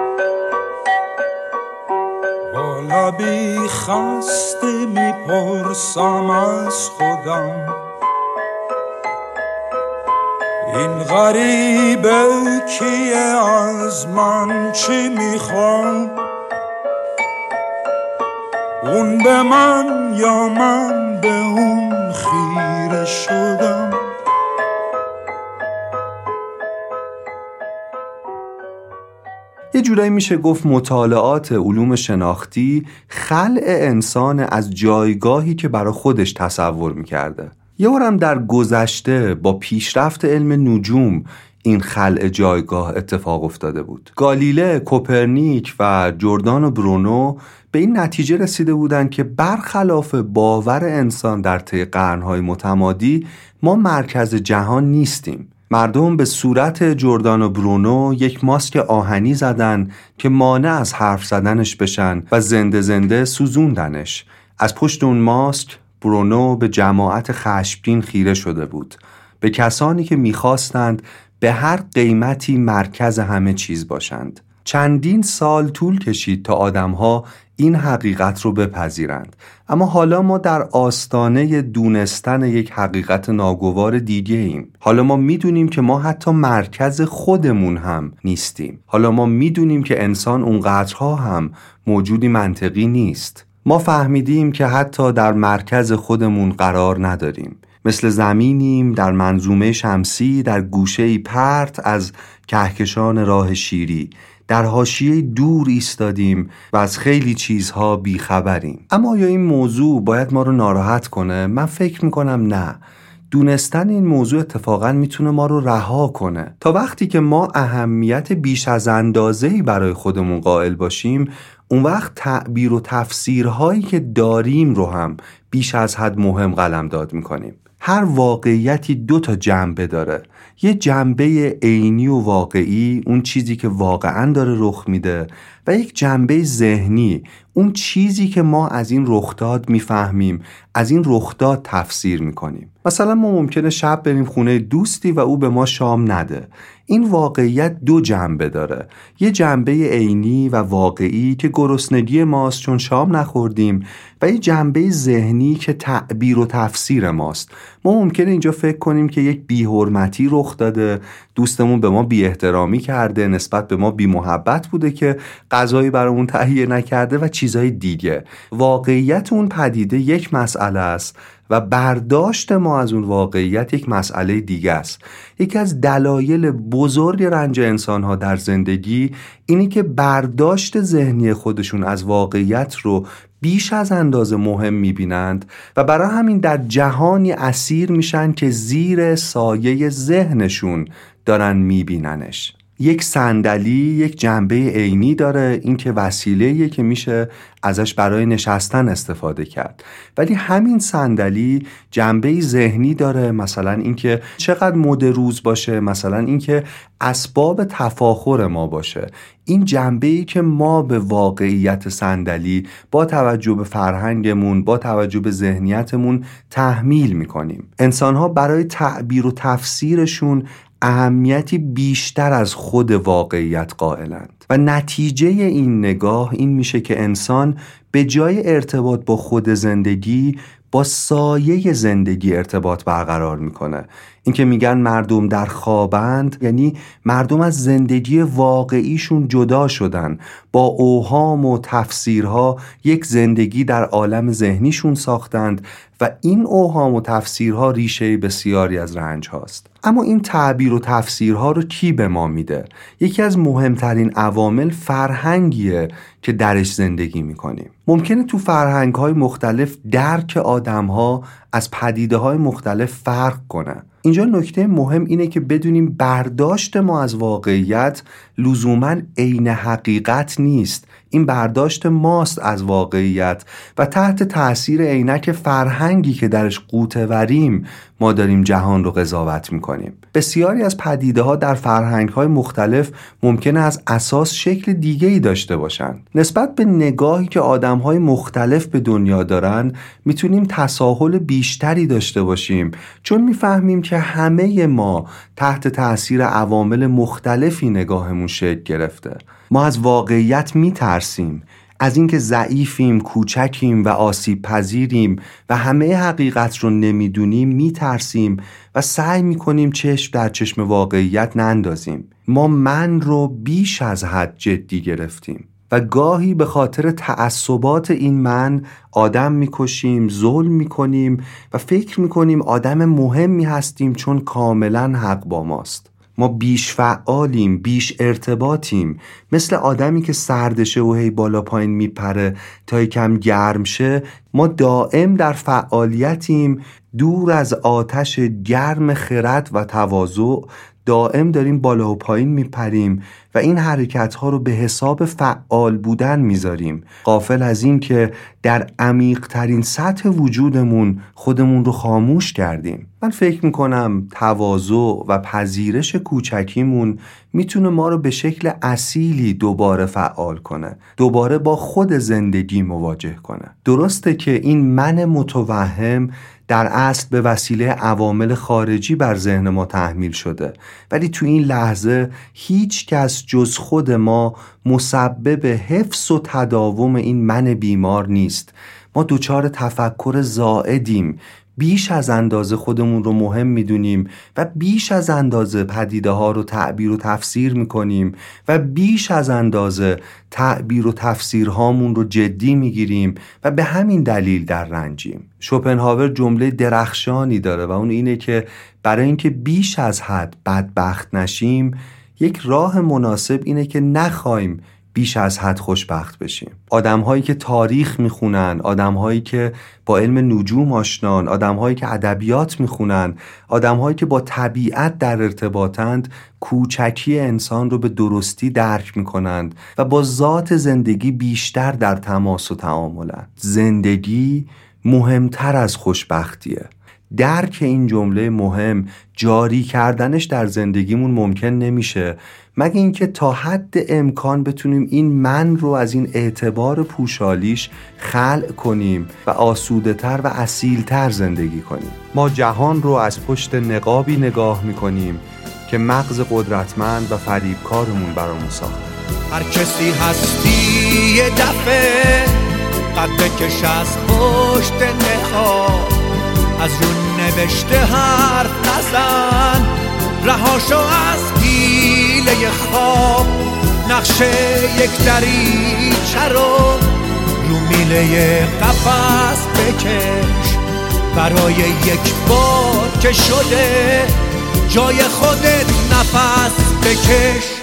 با لبی خسته میپرسم از خودم، این غریبه کیه، از من چی میخواد؟ اون به من یا من به اون خیره شدم.
یه جورایی میشه گفت مطالعات علوم شناختی خلق انسان از جایگاهی که برای خودش تصور میکرده. یه بارم در گذشته با پیشرفت علم نجوم این خلق جایگاه اتفاق افتاده بود. گالیله، کوپرنیک و جردانو برونو به این نتیجه رسیده بودند که برخلاف باور انسان در طی قرن‌های متمادی، ما مرکز جهان نیستیم. مردم به صورت جردانو برونو یک ماسک آهنی زدن که مانع از حرف زدنش بشن و زنده زنده سوزوندنش. از پشت اون ماسک برونو به جماعت خشمگین خیره شده بود، به کسانی که می‌خواستند به هر قیمتی مرکز همه چیز باشند. چندین سال طول کشید تا آدم‌ها این حقیقت رو بپذیرند، اما حالا ما در آستانه دونستن یک حقیقت ناگوار دیگه ایم. حالا ما میدونیم که ما حتی مرکز خودمون هم نیستیم. حالا ما میدونیم که انسان اونقدرها هم موجودی منطقی نیست. ما فهمیدیم که حتی در مرکز خودمون قرار نداریم. مثل زمینیم در منظومه شمسی، در گوشه‌ای پرت از کهکشان راه شیری. در حاشیه دور ایستادیم و از خیلی چیزها بیخبریم. اما آیا این موضوع باید ما رو ناراحت کنه؟ من فکر میکنم نه. دونستن این موضوع اتفاقا میتونه ما رو رها کنه. تا وقتی که ما اهمیت بیش از اندازه‌ای برای خودمون قائل باشیم، اون وقت تعبیر و تفسیرهایی که داریم رو هم بیش از حد مهم قلمداد میکنیم. هر واقعیتی 2 تا جنبه داره. یه جنبه عینی و واقعی، اون چیزی که واقعاً داره رخ میده، و یک جنبه ذهنی، اون چیزی که ما از این رخداد میفهمیم، از این رخداد تفسیر میکنیم. مثلا ما ممکنه شب بریم خونه دوستی و او به ما شام نده. این واقعیت دو جنبه داره، یه جنبه عینی و واقعی که گرسنگی ماست چون شام نخوردیم و یه جنبه ذهنی که تعبیر و تفسیر ماست. ما ممکنه اینجا فکر کنیم که یک بی‌حرمتی رخ داده، دوستمون به ما بی احترامی کرده، نسبت به ما بی محبت بوده که غذایی برامون تهیه نکرده و چیزهای دیگه. واقعیت اون پدیده یک مسئله است و برداشت ما از اون واقعیت یک مسئله دیگه است. یکی از دلایل بزرگ رنج انسان‌ها در زندگی اینی که برداشت ذهنی خودشون از واقعیت رو بیش از اندازه مهم می‌بینند و برای همین در جهانی اسیر میشن که زیر سایه ذهنشون دارن می‌بیننش. یک صندلی یک جنبه عینی داره، این که وسیله‌ایه که میشه ازش برای نشستن استفاده کرد، ولی همین صندلی جنبه ذهنی داره، مثلا این که چقدر مد روز باشه، مثلا این که اسباب تفاخر ما باشه. این جنبه‌ای که ما به واقعیت صندلی با توجه به فرهنگمون، با توجه به ذهنیتمون تحمیل میکنیم. انسان‌ها برای تعبیر و تفسیرشون اهمیتی بیشتر از خود واقعیت قائلند و نتیجه این نگاه این میشه که انسان به جای ارتباط با خود زندگی با سایه زندگی ارتباط برقرار میکنه. این که میگن مردم در خوابند، یعنی مردم از زندگی واقعیشون جدا شدن، با اوهام و تفسیرها یک زندگی در عالم ذهنیشون ساختند و این اوهام و تفسیرها ریشه بسیاری از رنج هاست. اما این تعبیر و تفسیرها رو کی به ما میده؟ یکی از مهمترین عوامل فرهنگیه که درش زندگی میکنیم. ممکنه تو فرهنگ‌های مختلف درک آدم‌ها از پدیده‌های مختلف فرق کنه. اینجا نکته مهم اینه که بدونیم برداشت ما از واقعیت لزوماً عین حقیقت نیست. این برداشت ماست از واقعیت و تحت تأثیر عینک فرهنگی که درش غوطه وریم ما داریم جهان رو قضاوت میکنیم. بسیاری از پدیده ها در فرهنگ های مختلف ممکنه از اساس شکل دیگه‌ای داشته باشن. نسبت به نگاهی که آدم های مختلف به دنیا دارن میتونیم تساهل بیشتری داشته باشیم، چون میفهمیم که همه ما تحت تأثیر عوامل مختلفی نگاهمون شکل گرفته. ما از واقعیت میترسیم، از اینکه ضعیفیم، کوچکیم و آسیب پذیریم و همه حقیقت رو نمیدونیم میترسیم و سعی میکنیم چشم در چشم واقعیت نندازیم. ما من رو بیش از حد جدی گرفتیم و گاهی به خاطر تعصبات این من آدم میکشیم، ظلم میکنیم و فکر میکنیم آدم مهمی هستیم چون کاملا حق با ماست. ما بیش فعالیم، بیش ارتباطیم، مثل آدمی که سردشه و هی بالا پایین میپره تا یکم گرم شه. ما دائم در فعالیتیم، دور از آتش گرم خرد و تواضع دائم داریم بالا و پایین میپریم و این حرکت ها رو به حساب فعال بودن میذاریم، غافل از این که در عمیق ترین سطح وجودمون خودمون رو خاموش کردیم. من فکر میکنم تواضع و پذیرش کوچکیمون میتونه ما رو به شکل اصیلی دوباره فعال کنه، دوباره با خود زندگی مواجه کنه. درسته که این من متوهم در اصل به وسیله عوامل خارجی بر ذهن ما تحمیل شده، ولی تو این لحظه هیچ کس جز خود ما مسبب حفظ و تداوم این من بیمار نیست. ما دچار تفکر زائدیم، بیش از اندازه خودمون رو مهم میدونیم و بیش از اندازه پدیده ها رو تعبیر و تفسیر میکنیم و بیش از اندازه تعبیر و تفسیرهامون رو جدی میگیریم و به همین دلیل در رنجیم. شوپنهاور جمله درخشانی داره و اون اینه که برای اینکه بیش از حد بدبخت نشیم، یک راه مناسب اینه که نخوایم بیش از حد خوشبخت بشیم. آدم‌هایی که تاریخ میخونن، آدم‌هایی که با علم نجوم آشنان، آدم‌هایی که ادبیات میخونن، آدم‌هایی که با طبیعت در ارتباطند، کوچکی انسان رو به درستی درک میکنند و با ذات زندگی بیشتر در تماس و تعاملند. زندگی مهمتر از خوشبختیه. درک این جمله مهم، جاری کردنش در زندگیمون ممکن نمیشه مگه اینکه تا حد امکان بتونیم این من رو از این اعتبار پوشالیش خلع کنیم و آسوده تر و اصیل تر زندگی کنیم. ما جهان رو از پشت نقابی نگاه میکنیم که مغز قدرتمند و فریبکارمون برامون ساخته.
هر کسی هستی یه دفعه قد بکش از پشت نخواه، از رو نوشته حرف نزن، رهاشو از حیله خواب. نقشه یک دریچه رو میله قفس بکش، برای یک بار که شده جای خودت نفس بکش.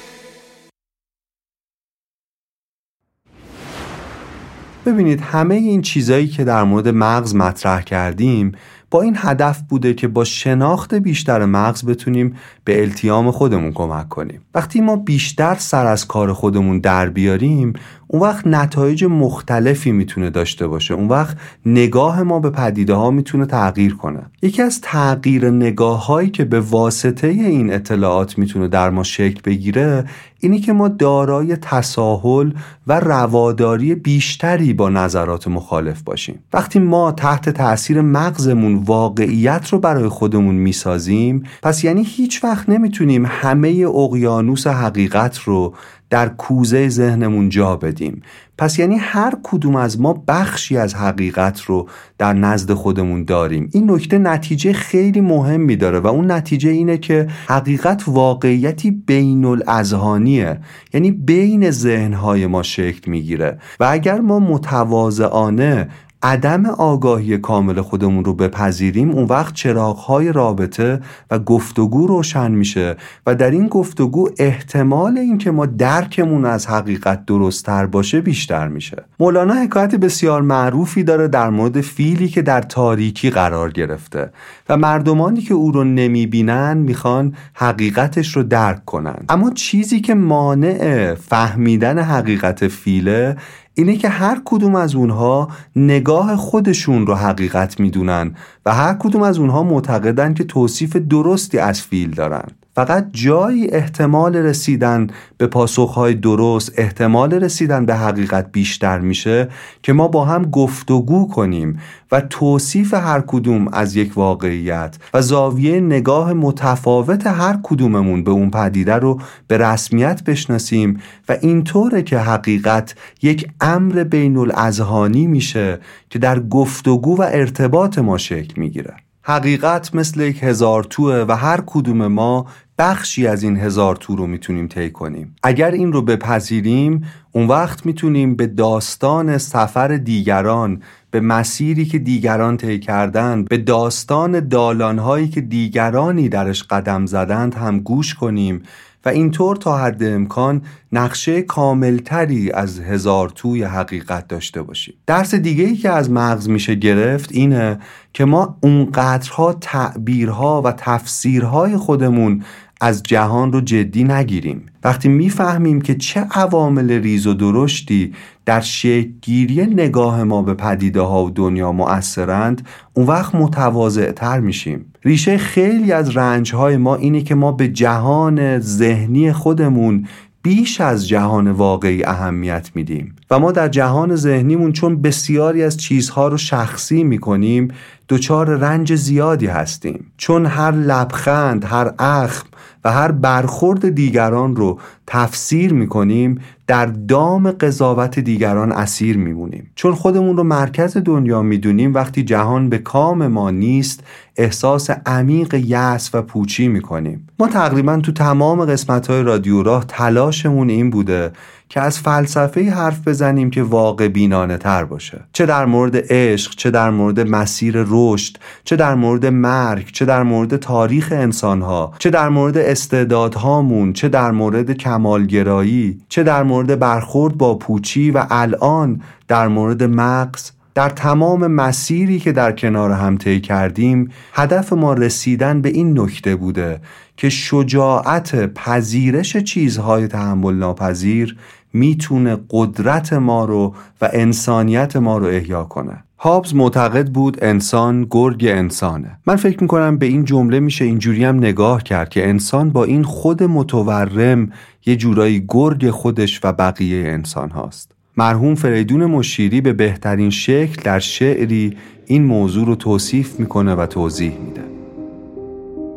ببینید همه این چیزایی که در مورد مغز مطرح کردیم با این هدف بوده که با شناخت بیشتر مغز بتونیم به التیام خودمون کمک کنیم. وقتی ما بیشتر سر از کار خودمون در بیاریم، اون وقت نتایج مختلفی میتونه داشته باشه. اون وقت نگاه ما به پدیده ها میتونه تغییر کنه. یکی از تغییر نگاه هایی که به واسطه این اطلاعات میتونه در ما شکل بگیره اینی که ما دارای تساهل و رواداری بیشتری با نظرات مخالف باشیم. وقتی ما تحت تأثیر مغزمون واقعیت رو برای خودمون میسازیم، پس یعنی هیچ وقت نمیتونیم همه اقیانوس حقیقت رو در کوزه ذهنمون جا بدیم. پس یعنی هر کدوم از ما بخشی از حقیقت رو در نزد خودمون داریم. این نکته نتیجه خیلی مهمی داره و اون نتیجه اینه که حقیقت واقعیتی بین الاذهانیه، یعنی بین ذهنهای ما شکل میگیره و اگر ما متواضعانه عدم آگاهی کامل خودمون رو بپذیریم، اون وقت چراغ‌های رابطه و گفتگو روشن میشه و در این گفتگو احتمال این که ما درکمون از حقیقت درست‌تر باشه بیشتر میشه. مولانا حکایت بسیار معروفی داره در مورد فیلی که در تاریکی قرار گرفته و مردمانی که او رو نمیبینن میخوان حقیقتش رو درک کنن، اما چیزی که مانع فهمیدن حقیقت فیله اینه که هر کدوم از اونها نگاه خودشون رو حقیقت میدونن و هر کدوم از اونها معتقدن که توصیف درستی از فیل دارن. فقط جایی احتمال رسیدن به پاسخهای درست، احتمال رسیدن به حقیقت بیشتر میشه که ما با هم گفتگو کنیم و توصیف هر کدوم از یک واقعیت و زاویه نگاه متفاوت هر کدوممون به اون پدیده رو به رسمیت بشناسیم و اینطوره که حقیقت یک امر بین الاذهانی میشه که در گفتگو و ارتباط ما شکل میگیره. حقیقت مثل یک هزار توه و هر کدوم ما بخشی از این هزار تو رو میتونیم طی کنیم. اگر این رو بپذیریم، اون وقت میتونیم به داستان سفر دیگران، به مسیری که دیگران طی کردن، به داستان دالانهایی که دیگرانی درش قدم زدند هم گوش کنیم و اینطور تا حد امکان نقشه کاملتری از هزار توی حقیقت داشته باشیم. درس دیگه‌ای که از مغز میشه گرفت اینه که ما اونقدرها تعبیرها و تفسیرهای خودمون از جهان رو جدی نگیریم. وقتی میفهمیم که چه عوامل ریز و درشتی در شکل‌گیری نگاه ما به پدیده ها و دنیا مؤثرند، اون وقت متواضع‌تر میشیم. ریشه خیلی از رنج‌های ما اینه که ما به جهان ذهنی خودمون بیش از جهان واقعی اهمیت میدیم و ما در جهان ذهنیمون چون بسیاری از چیزها رو شخصی میکنیم دچار رنج زیادی هستیم، چون هر لبخند، هر اخم و هر برخورد دیگران رو تفسیر میکنیم در دام قضاوت دیگران اسیر میمونیم. چون خودمون رو مرکز دنیا میدونیم، وقتی جهان به کام ما نیست احساس عمیق یأس و پوچی میکنیم. ما تقریبا تو تمام قسمت‌های رادیو راه تلاشمون این بوده که از فلسفه حرف بزنیم که واقع بینانه تر باشه، چه در مورد عشق، چه در مورد مسیر رشد، چه در مورد مرگ، چه در مورد تاریخ انسانها، چه در مورد استعدادهامون، چه در مورد کمالگرایی، چه در مورد برخورد با پوچی و الان در مورد مغز. در تمام مسیری که در کنار هم طی کردیم هدف ما رسیدن به این نکته بوده که شجاعت پذیرش چیزهای تحمل ناپذیر میتونه قدرت ما رو و انسانیت ما رو احیا کنه. هابز معتقد بود انسان گرگ انسانه. من فکر میکنم به این جمله میشه اینجوری هم نگاه کرد که انسان با این خود متورم یه جورایی گرگ خودش و بقیه انسان هاست. مرحوم فریدون مشیری به بهترین شکل در شعری این موضوع رو توصیف میکنه و توضیح میده.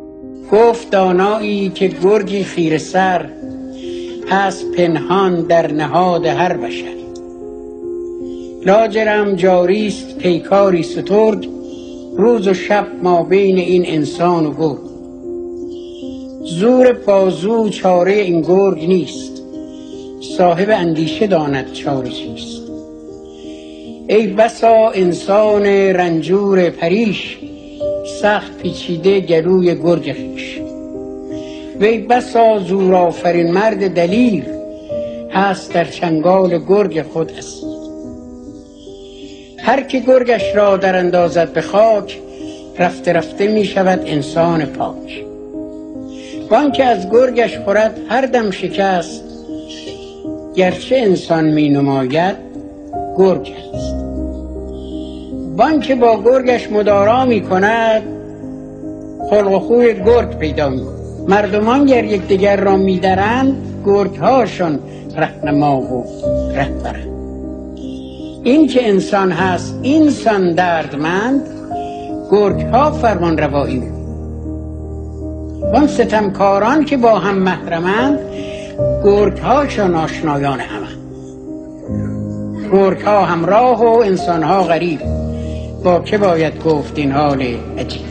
گفت دانایی که گرگی خیره سر هست پنهان در نهاد هر بشر. لاجرم جاریست پیکاری سترگ روز و شب ما بین این انسان و گرگ. زور بازو چاره این گرگ نیست صاحب اندیشه داند چاره چیست. ای بسا انسان رنجور پریش سخت پیچیده گلوی گرگ خویش. وی بسا زور آفرین مرد دلیر هست در چنگال گرگ خود اسیر. هر که گرگش را در اندازد به خاک رفته رفته می شود انسان پاک. وان که از گرگش خورد هر دم شکست گرچه انسان می نماید گرگ است. وان که با گرگش مدارا می کند خلق و خوی گرگ پیدا می کند. مردمان گر یکدیگر را می درند گرگ هاشون رهنما و رهبرند. این که انسان هست اینسان دردمند گرگ ها فرمان روایی می کند. وان ستمکاران که با هم محرمند گرگ هاشون آشنایان همند. گرگ ها همراه و انسان ها غریب با که باید گفت این حال عجیب.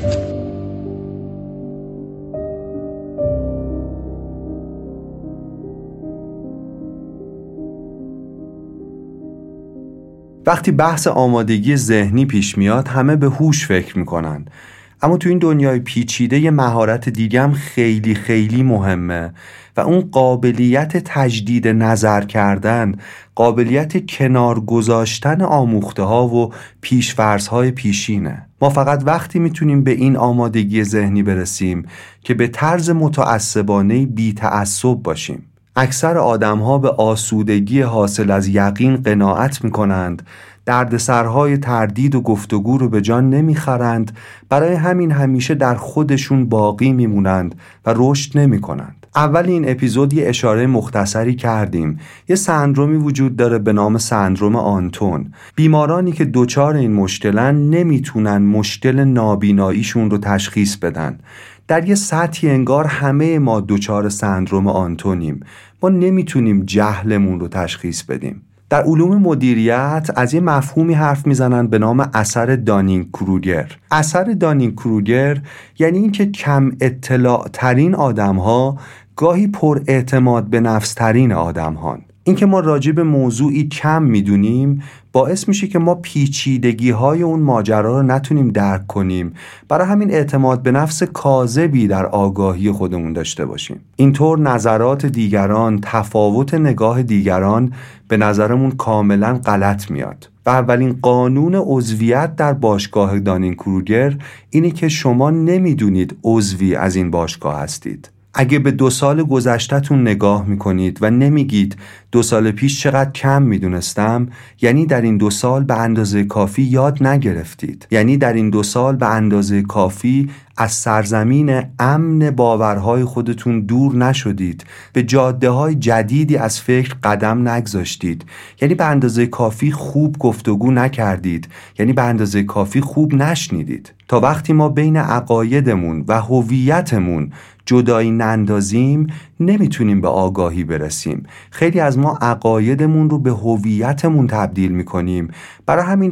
وقتی بحث آمادگی ذهنی پیش میاد همه به هوش فکر میکنن، اما تو این دنیای پیچیده یه مهارت دیگه هم خیلی خیلی مهمه و اون قابلیت تجدید نظر کردن، قابلیت کنار گذاشتن آموخته ها و پیش‌فرض های پیشینه. ما فقط وقتی میتونیم به این آمادگی ذهنی برسیم که به طرز متعصبانه بی تعصب باشیم. اکثر آدم‌ها به آسودگی حاصل از یقین قناعت می‌کنند، دردسرهای تردید و گفتگو رو به جان نمی‌خرند، برای همین همیشه در خودشون باقی میمونند و رشد نمی‌کنند. اول این اپیزود یه اشاره مختصری کردیم. یه سندرومی وجود داره به نام سندروم آنتون. بیمارانی که دچار این مشکلن نمیتونن مشکل نابیناییشون رو تشخیص بدن. در یه سطحی انگار همه ما دچار سندروم آنتونیم. ما نمیتونیم جهلمون رو تشخیص بدیم. در علوم مدیریت از یه مفهومی حرف میزنن به نام اثر دانینگ کروگر. اثر دانینگ کروگر یعنی اینکه کم اطلاع ترین آدم ها گاهی پر اعتماد به نفس ترین آدم هان. اینکه ما راجع به موضوعی کم میدونیم باعث میشه که ما پیچیدگی های اون ماجرا رو نتونیم درک کنیم، برای همین اعتماد به نفس کاذبی در آگاهی خودمون داشته باشیم. اینطور نظرات دیگران، تفاوت نگاه دیگران به نظرمون کاملا غلط میاد. و اولین قانون عضویت در باشگاه دانینگ کروگر اینه که شما نمیدونید عضوی از این باشگاه هستید. اگه به 2 سال گذشته‌تون نگاه میکنید و نمیگید 2 سال پیش چقدر کم میدونستم، یعنی در این 2 سال به اندازه کافی یاد نگرفتید. یعنی در این 2 سال به اندازه کافی از سرزمین امن باورهای خودتون دور نشدید، به جاده‌های جدیدی از فکر قدم نگذاشتید. یعنی به اندازه کافی خوب گفتگو نکردید، یعنی به اندازه کافی خوب نشنیدید. تا وقتی ما بین عقایدمون و هویتمون جدایی نندازیم نمیتونیم به آگاهی برسیم. خیلی از ما عقایدمون رو به هویتمون تبدیل میکنیم. برای همین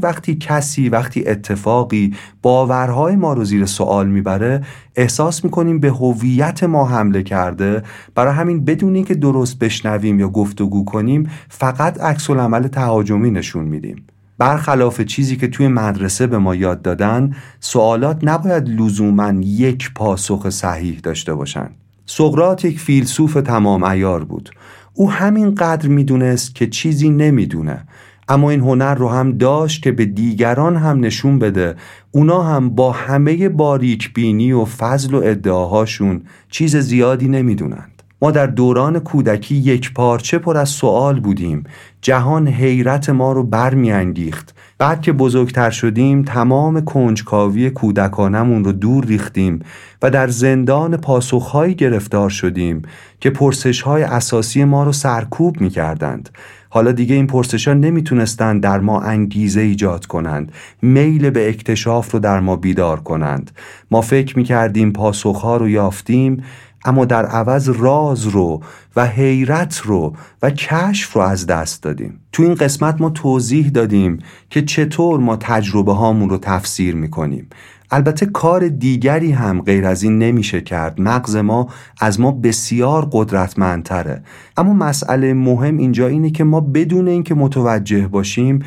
وقتی اتفاقی باورهای ما رو زیر سوال میبره احساس میکنیم به هویت ما حمله کرده. برای همین بدون اینکه درست بشنویم یا گفتگو کنیم فقط عکس العمل تهاجمی نشون میدیم. برخلاف چیزی که توی مدرسه به ما یاد دادن، سوالات نباید لزوماً یک پاسخ صحیح داشته باشن. سقراط یک فیلسوف تمام عیار بود. او همین قدر میدونست که چیزی نمیدونه، اما این هنر رو هم داشت که به دیگران هم نشون بده اونا هم با همه باریک بینی و فضل و ادعاهاشون چیز زیادی نمیدونند. ما در دوران کودکی یک پارچه پر از سوال بودیم. جهان حیرت ما رو برمی‌انگیخت. بعد که بزرگتر شدیم تمام کنجکاوی کودکانمون رو دور ریختیم و در زندان پاسخهایی گرفتار شدیم که پرسش‌های اساسی ما رو سرکوب می‌کردند. حالا دیگه این پرسش‌ها نمیتونستن در ما انگیزه ایجاد کنند، میل به اکتشاف رو در ما بیدار کنند. ما فکر میکردیم پاسخ‌ها رو یافتیم، اما در عوض راز رو و حیرت رو و کشف رو از دست دادیم. تو این قسمت ما توضیح دادیم که چطور ما تجربه هامون رو تفسیر میکنیم. البته کار دیگری هم غیر از این نمیشه کرد. مغز ما از ما بسیار قدرتمندتره. اما مسئله مهم اینجا اینه که ما بدون اینکه متوجه باشیم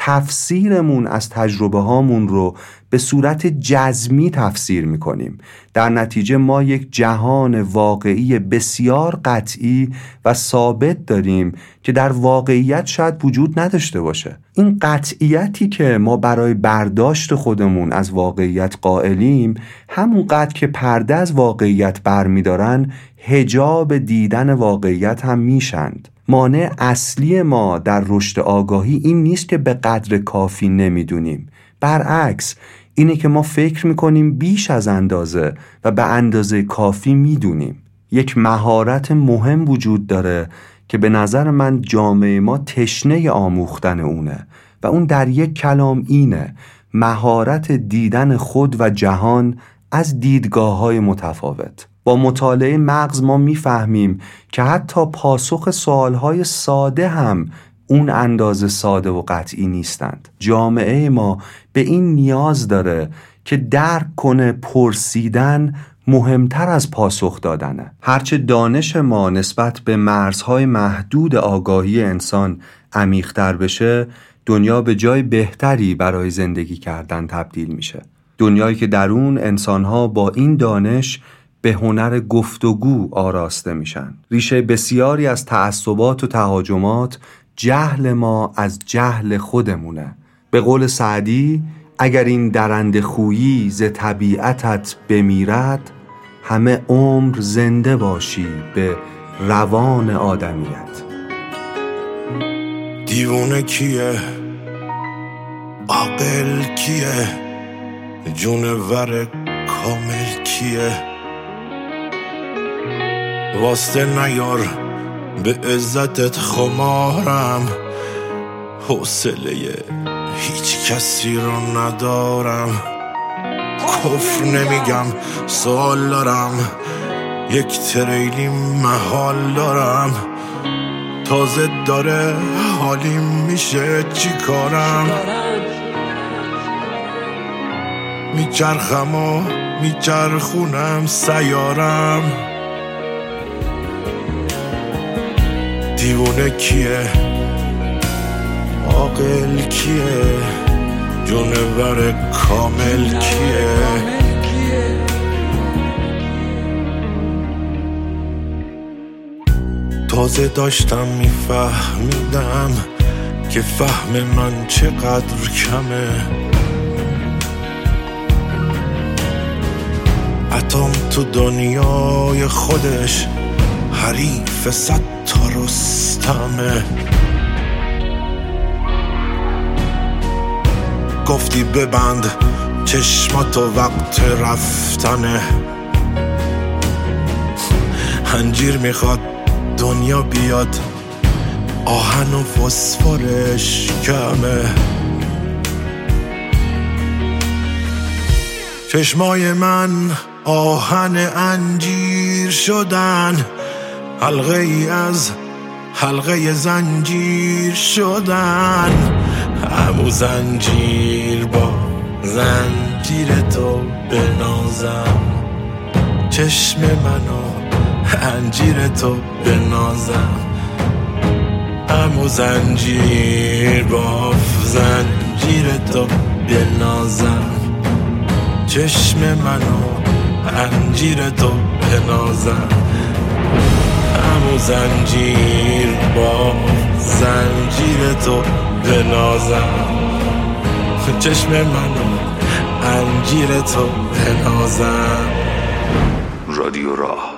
تفسیرمون از تجربه هامون رو به صورت جزمی تفسیر میکنیم. در نتیجه ما یک جهان واقعی بسیار قطعی و ثابت داریم که در واقعیت شاید وجود نداشته باشه. این قطعیتی که ما برای برداشت خودمون از واقعیت قائلیم، همونقدر که پرده از واقعیت برمیدارن، حجاب دیدن واقعیت هم میشند. مانع اصلی ما در رشد آگاهی این نیست که به قدر کافی نمیدونیم. برعکس، اینه که ما فکر میکنیم بیش از اندازه و به اندازه کافی میدونیم. یک مهارت مهم وجود داره که به نظر من جامعه ما تشنه آموختن اونه و اون در یک کلام اینه: مهارت دیدن خود و جهان از دیدگاه‌های متفاوت. با مطالعه مغز ما میفهمیم که حتی پاسخ سوالهای ساده هم اون اندازه ساده و قطعی نیستند. جامعه ما به این نیاز داره که درک کنه پرسیدن مهمتر از پاسخ دادنه. هرچه دانش ما نسبت به مرزهای محدود آگاهی انسان عمیق‌تر بشه، دنیا به جای بهتری برای زندگی کردن تبدیل میشه. دنیایی که در اون انسانها با این دانش به هنر گفتگو آراسته میشن. ریشه بسیاری از تعصبات و تهاجمات جهل ما از جهل خودمونه. به قول سعدی: اگر این درنده خویی ز طبیعتت بمیرد، همه عمر زنده باشی به روان آدمیت.
دیوونه کیه؟ عاقل کیه؟ جونور کامل کیه؟ واسطه نیار به عزتت خمارم، حوصله هیچ کسی رو ندارم. کفر نمیگم، سوال دارم، یک تریلی محال دارم. تازه داره حالیم میشه چی کارم؟ میچرخم و میچرخونم سیارم. دیوونه کیه؟ عاقل کیه؟ جونور کامل کیه؟ تازه داشتم میفهمیدم که فهم من چقدر کمه. اتم تو دنیای خودش حریف 100 تا رستمه. گفتی ببند چشماتو وقت رفتنه. انجیر میخواد دنیا بیاد، آهن و فسفرش کمه. چشمای من آهن انجیر شدن، حلقه ای از حلقه زنجیر شدن. همو زنجیر با زنجیر تو بنازم، چشم منو انجیر تو بنازم. همو زنجیر با زنجیر تو بنازم، چشم منو انجیر تو بنازم. همو زنجیر با زنجیر تو بنازم، چشم منو انجیر تو بنازم.
رادیو راه.